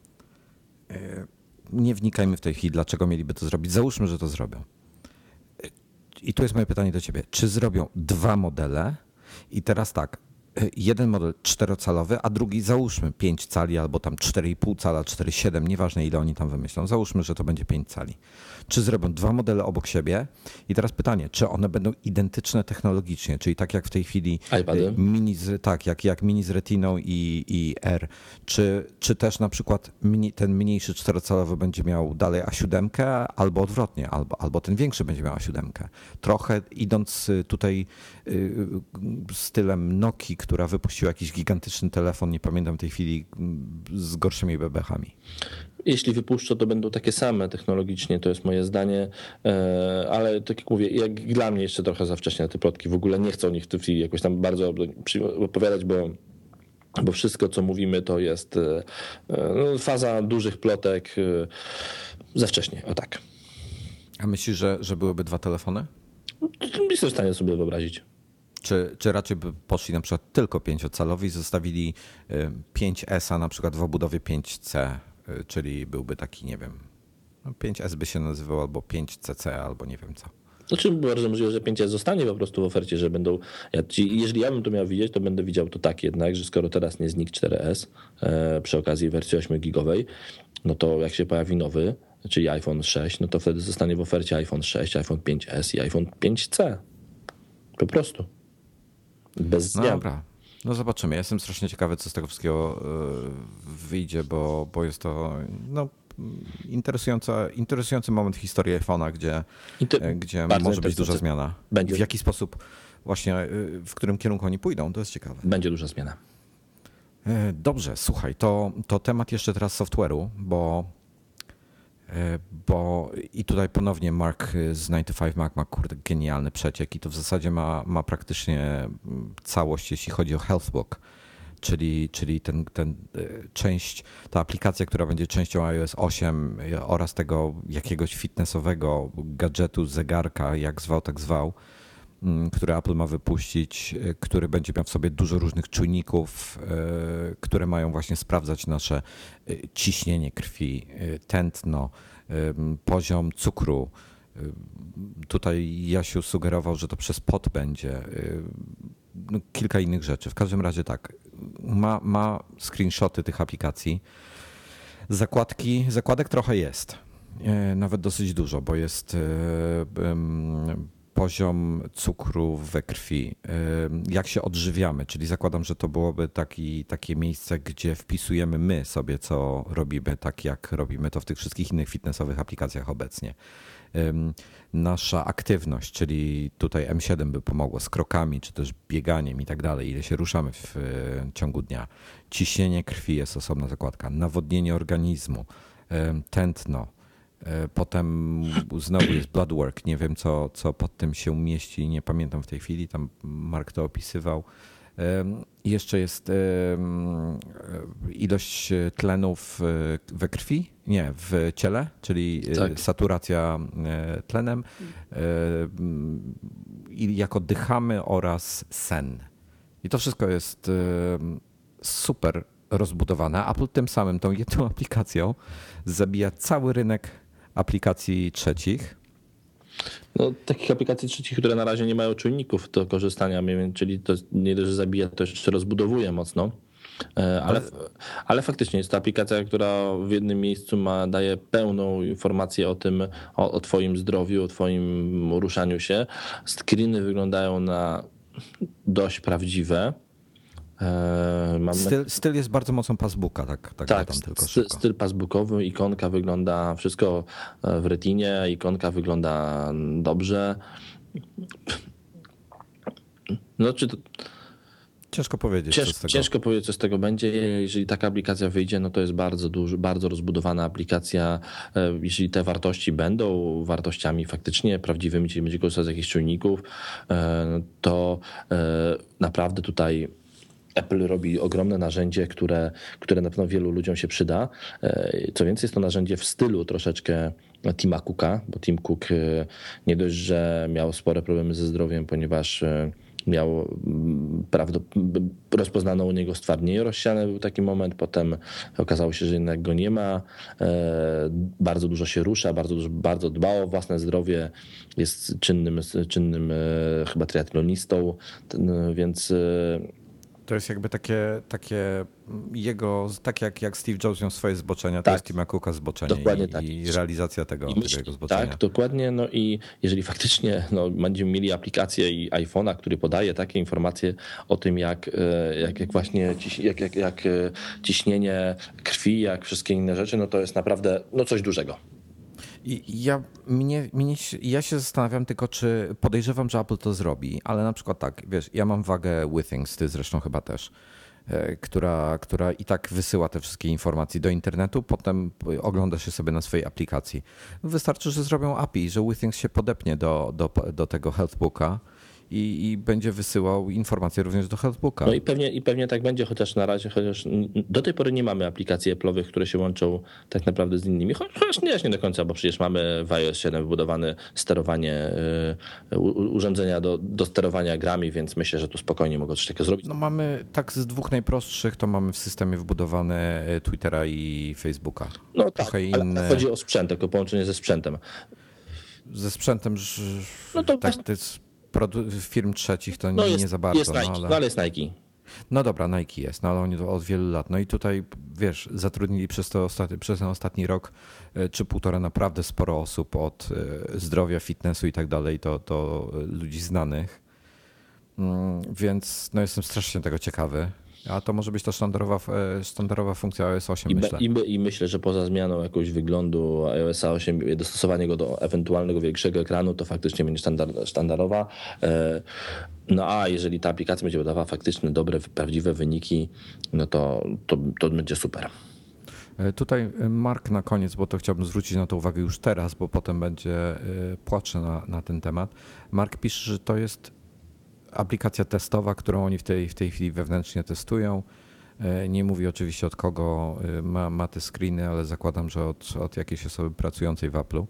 Nie wnikajmy w tej chwili, dlaczego mieliby to zrobić. Załóżmy, że to zrobią. I tu jest moje pytanie do ciebie. Czy zrobią dwa modele? I teraz tak, jeden model 4-calowy, a drugi załóżmy 5 cali albo tam 4,5 cala, 4,7, nieważne ile oni tam wymyślą. Załóżmy, że to będzie 5 cali. Czy zrobią dwa modele obok siebie? I teraz pytanie, czy one będą identyczne technologicznie, czyli tak jak w tej chwili
iPady?
Jak mini z Retiną i R, czy też na przykład ten mniejszy 4-calowy będzie miał dalej A7 albo odwrotnie, albo ten większy będzie miał A7. Trochę idąc tutaj stylem Nokii, która wypuściła jakiś gigantyczny telefon, nie pamiętam w tej chwili, z gorszymi bebechami.
Jeśli wypuszczą, to będą takie same technologicznie, to jest moje zdanie, ale tak jak mówię, jak dla mnie jeszcze trochę za wcześnie na te plotki, w ogóle nie chcę o nich w tej chwili jakoś tam bardzo opowiadać, bo wszystko, co mówimy, to jest faza dużych plotek za wcześnie, o tak.
A myślisz, że byłyby dwa telefony?
Jestem w stanie sobie wyobrazić.
Czy raczej by poszli na przykład tylko 5-calowi i zostawili 5S-a na przykład w obudowie 5C, czyli byłby taki, nie wiem, 5S by się nazywał albo 5CC, albo nie wiem co.
Znaczy bardzo możliwe, że 5S zostanie po prostu w ofercie, że będą, jeżeli ja bym to miał widzieć, to będę widział to tak jednak, że skoro teraz nie znikł 4S przy okazji wersji 8-gigowej, no to jak się pojawi nowy, czyli iPhone 6, no to wtedy zostanie w ofercie iPhone 6, iPhone 5S i iPhone 5C. Po prostu. Bez zmian.
No dobra, no zobaczymy. Ja jestem strasznie ciekawy, co z tego wszystkiego wyjdzie, bo jest to interesujący moment w historii iPhone'a, gdzie może być duża zmiana. I w jaki sposób właśnie, w którym kierunku oni pójdą, to jest ciekawe.
Będzie duża zmiana.
Dobrze, słuchaj, to temat jeszcze teraz software'u, bo i tutaj ponownie Mark z 95 Mac ma genialny przeciek i to w zasadzie ma praktycznie całość, jeśli chodzi o HealthBook, czyli ta aplikacja, która będzie częścią iOS 8 oraz tego jakiegoś fitnessowego gadżetu, zegarka, jak zwał, tak zwał, który Apple ma wypuścić, który będzie miał w sobie dużo różnych czujników, które mają właśnie sprawdzać nasze ciśnienie krwi, tętno, poziom cukru, Tutaj Jasiu sugerował, że to przez pod będzie. No, kilka innych rzeczy. W każdym razie tak, ma screenshoty tych aplikacji. Zakładek trochę jest. Nawet dosyć dużo, bo jest poziom cukru we krwi, jak się odżywiamy, czyli zakładam, że to byłoby takie miejsce, gdzie wpisujemy my sobie, co robimy, tak jak robimy to w tych wszystkich innych fitnessowych aplikacjach obecnie. Nasza aktywność, czyli tutaj M7 by pomogło z krokami, czy też bieganiem i tak dalej, ile się ruszamy w ciągu dnia. Ciśnienie krwi jest osobna zakładka, nawodnienie organizmu, tętno. Potem znowu jest blood work. Nie wiem, co pod tym się mieści, nie pamiętam w tej chwili. Tam Mark to opisywał. Jeszcze jest ilość tlenów we krwi, nie, w ciele, czyli tak. Saturacja tlenem, i jak oddychamy oraz sen. I to wszystko jest super rozbudowane. Apple tym samym, tą jedną aplikacją zabija cały rynek aplikacji trzecich.
No, takich aplikacji trzecich, które na razie nie mają czujników do korzystania, czyli to nie dość, że zabija, to jeszcze rozbudowuje mocno. Ale faktycznie jest to aplikacja, która w jednym miejscu daje pełną informację o tym, o twoim zdrowiu, o twoim ruszaniu się. Screeny wyglądają na dość prawdziwe.
Styl jest bardzo mocno Passbooka, tak tylko
styl passbookowy, ikonka wygląda, wszystko w retinie, ikonka wygląda dobrze. No, czy to...
Ciężko powiedzieć,
Ciężko powiedzieć, co z tego będzie. Jeżeli taka aplikacja wyjdzie, no to jest bardzo rozbudowana aplikacja. Jeśli te wartości będą wartościami faktycznie prawdziwymi, czyli będzie korzystać z jakichś czujników, to naprawdę tutaj Apple robi ogromne narzędzie, które na pewno wielu ludziom się przyda. Co więcej, jest to narzędzie w stylu troszeczkę Tima Cooka, bo Tim Cook nie dość, że miał spore problemy ze zdrowiem, ponieważ miał rozpoznano u niego stwardnienie rozsiane, był taki moment, potem okazało się, że jednak go nie ma, bardzo dużo się rusza, bardzo dba o własne zdrowie, jest czynnym chyba triatlonistą, więc...
To jest jakby takie jego, tak jak Steve Jobs miał swoje zboczenia, to jest Tima Cooka zboczenie i realizacja tego jego zboczenia.
Tak, dokładnie. No i jeżeli faktycznie będziemy mieli aplikację i iPhone'a, który podaje takie informacje o tym, jak właśnie jak ciśnienie krwi, jak wszystkie inne rzeczy, no to jest naprawdę coś dużego.
I ja się zastanawiam tylko, czy podejrzewam, że Apple to zrobi, ale na przykład tak, wiesz, ja mam wagę Withings, ty zresztą chyba też, która i tak wysyła te wszystkie informacje do internetu, potem oglądasz je sobie na swojej aplikacji. Wystarczy, że zrobią API, że Withings się podepnie do tego Healthbooka i będzie wysyłał informacje również do Healthbooka.
No i pewnie tak będzie, chociaż na razie, do tej pory nie mamy aplikacji Apple'owych, które się łączą tak naprawdę z innymi, chociaż nie do końca, bo przecież mamy w iOS 7 wybudowane sterowanie urządzenia do sterowania grami, więc myślę, że tu spokojnie mogą coś takiego zrobić.
No mamy tak z dwóch najprostszych, to mamy w systemie wbudowane Twittera i Facebooka.
No tak, ale chodzi o sprzęt, tylko połączenie ze sprzętem.
Ze sprzętem, no to tak, to jest firm trzecich to nie za bardzo.
Jest Nike, ale jest Nike.
No dobra, Nike jest, ale oni to od wielu lat. No i tutaj, wiesz, zatrudnili przez ten ostatni rok czy półtora naprawdę sporo osób od zdrowia, fitnessu i tak dalej, to ludzi znanych. Więc jestem strasznie tego ciekawy. A to może być to sztandarowa funkcja iOS 8, myślę.
I myślę, że poza zmianą jakiegoś wyglądu iOS 8, dostosowanie go do ewentualnego większego ekranu, to faktycznie będzie sztandarowa. No a jeżeli ta aplikacja będzie dawała faktycznie dobre, prawdziwe wyniki, no to będzie super.
Tutaj Mark na koniec, bo to chciałbym zwrócić na to uwagę już teraz, bo potem będzie płacze na ten temat. Mark pisze, że to jest aplikacja testowa, którą oni w tej chwili wewnętrznie testują. Nie mówi oczywiście od kogo ma te screeny, ale zakładam, że od jakiejś osoby pracującej w Apple'u.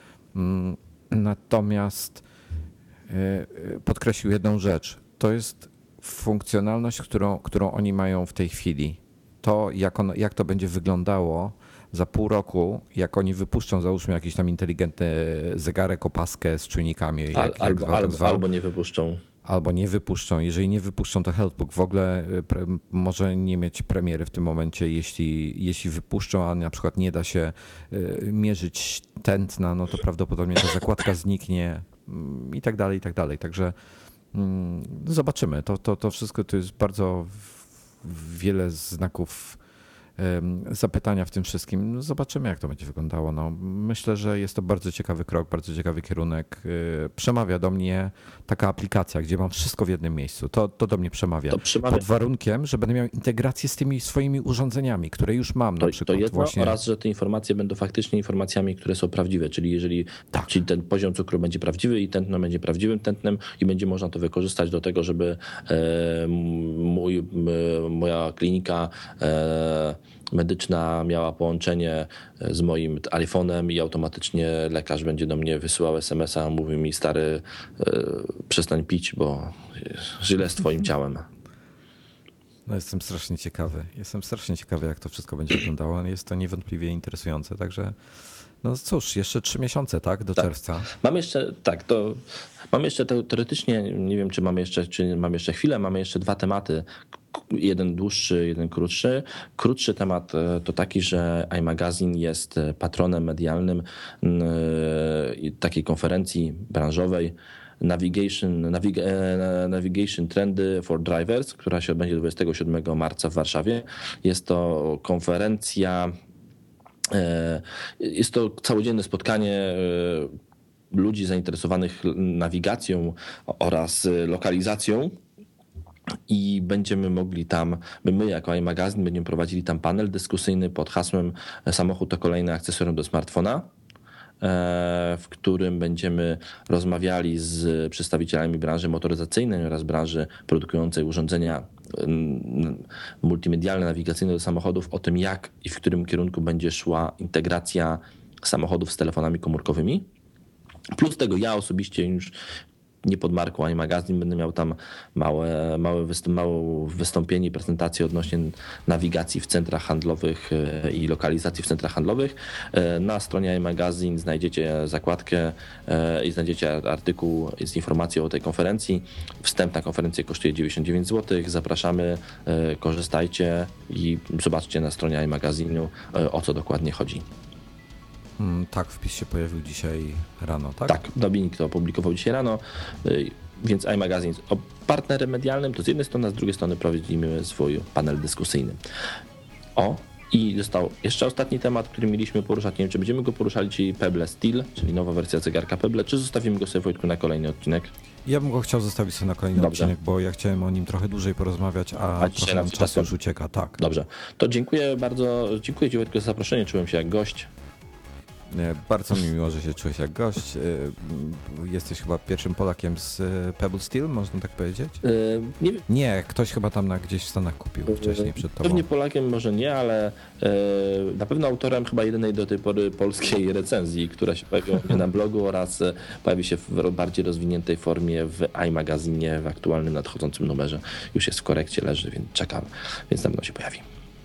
Natomiast podkreślił jedną rzecz. To jest funkcjonalność, którą oni mają w tej chwili. To, jak to będzie wyglądało, za pół roku, jak oni wypuszczą, załóżmy jakiś tam inteligentny zegarek, opaskę z czujnikami,
albo nie wypuszczą.
Albo nie wypuszczą. Jeżeli nie wypuszczą, to Healthbook w ogóle może nie mieć premiery w tym momencie. Jeśli wypuszczą, a na przykład nie da się mierzyć tętna, no to prawdopodobnie ta zakładka zniknie i tak dalej, i tak dalej. Także zobaczymy. To wszystko to jest bardzo wiele znaków zapytania w tym wszystkim. Zobaczymy, jak to będzie wyglądało. No, myślę, że jest to bardzo ciekawy krok, bardzo ciekawy kierunek. Przemawia do mnie taka aplikacja, gdzie mam wszystko w jednym miejscu. To do mnie przemawia. Pod warunkiem, że będę miał integrację z tymi swoimi urządzeniami, które już mam na przykład.
To jedno oraz, że te informacje będą faktycznie informacjami, które są prawdziwe, czyli jeżeli czyli ten poziom cukru będzie prawdziwy i tętno będzie prawdziwym tętnem i będzie można to wykorzystać do tego, żeby moja klinika medyczna miała połączenie z moim iPhone'em i automatycznie lekarz będzie do mnie wysyłał SMS-a, mówi mi: stary, przestań pić, bo źle z twoim ciałem.
No jestem strasznie ciekawy, jak to wszystko będzie wyglądało. Jest to niewątpliwie interesujące, także no cóż, jeszcze 3 miesiące, tak, do czerwca.
Mam jeszcze teoretycznie, nie wiem, czy mam jeszcze chwilę, mamy jeszcze 2 tematy. Jeden dłuższy, jeden krótszy. Krótszy temat to taki, że iMagazine jest patronem medialnym takiej konferencji branżowej Navigation Trendy for Drivers, która się odbędzie 27 marca w Warszawie. Jest to konferencja, jest to całodzienne spotkanie ludzi zainteresowanych nawigacją oraz lokalizacją. I będziemy mogli tam, my jako iMagazine będziemy prowadzili tam panel dyskusyjny pod hasłem "Samochód to kolejne akcesorium do smartfona", w którym będziemy rozmawiali z przedstawicielami branży motoryzacyjnej oraz branży produkującej urządzenia multimedialne, nawigacyjne do samochodów o tym, jak i w którym kierunku będzie szła integracja samochodów z telefonami komórkowymi. Plus tego ja osobiście już nie pod marką iMagazine będę miał tam małe wystąpienie, prezentację odnośnie nawigacji w centrach handlowych i lokalizacji w centrach handlowych. Na stronie iMagazine znajdziecie zakładkę i znajdziecie artykuł z informacją o tej konferencji. Wstęp na konferencję kosztuje 99 zł. Zapraszamy, korzystajcie i zobaczcie na stronie iMagazine'u, o co dokładnie chodzi.
Tak, wpis się pojawił dzisiaj rano, tak?
Tak, Dominik to opublikował dzisiaj rano, więc iMagazine jest partnerem medialnym, to z jednej strony, a z drugiej strony prowadzimy swój panel dyskusyjny. I został jeszcze ostatni temat, który mieliśmy poruszać, nie wiem, czy będziemy go poruszali, czyli Pebble Steel, czyli nowa wersja zegarka Pebble, czy zostawimy go sobie, Wojtku, na kolejny odcinek?
Ja bym go chciał zostawić sobie na kolejny odcinek, bo ja chciałem o nim trochę dłużej porozmawiać, a trochę nam czas już ucieka. Tak.
Dobrze, to dziękuję bardzo, dziękuję Ci, Wojtku, za zaproszenie, czułem się jak gość.
Bardzo mi miło, że się czułeś jak gość. Jesteś chyba pierwszym Polakiem z Pebble Steel, można tak powiedzieć?
Nie wiem.
Nie, ktoś chyba tam gdzieś w Stanach kupił wcześniej przed tobą.
Pewnie Polakiem może nie, ale na pewno autorem chyba jedynej do tej pory polskiej recenzji, która się pojawiła na blogu oraz pojawi się w bardziej rozwiniętej formie w iMagazinie w aktualnym nadchodzącym numerze. Już jest w korekcie, leży, więc czekam, więc na pewno się pojawi.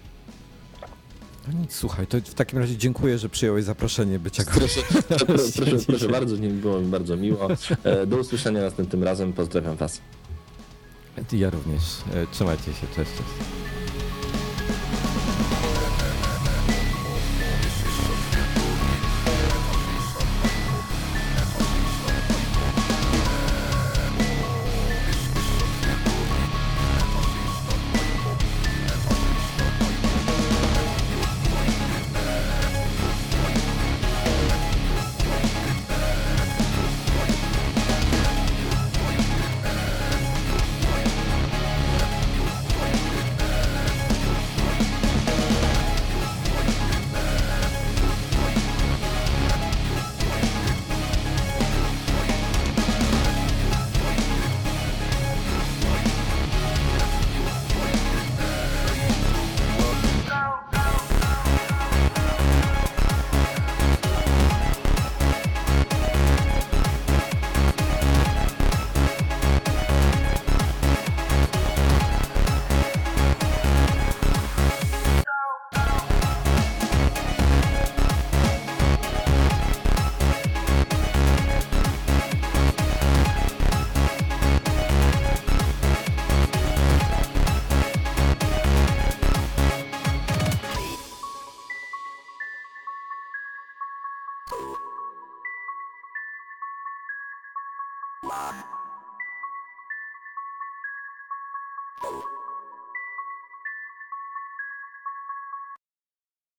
No nic, słuchaj, to w takim razie dziękuję, że przyjąłeś zaproszenie bycia
Proszę bardzo, było mi bardzo miło. Do usłyszenia następnym razem, pozdrawiam Was.
Ja również. Trzymajcie się, cześć.
Wow.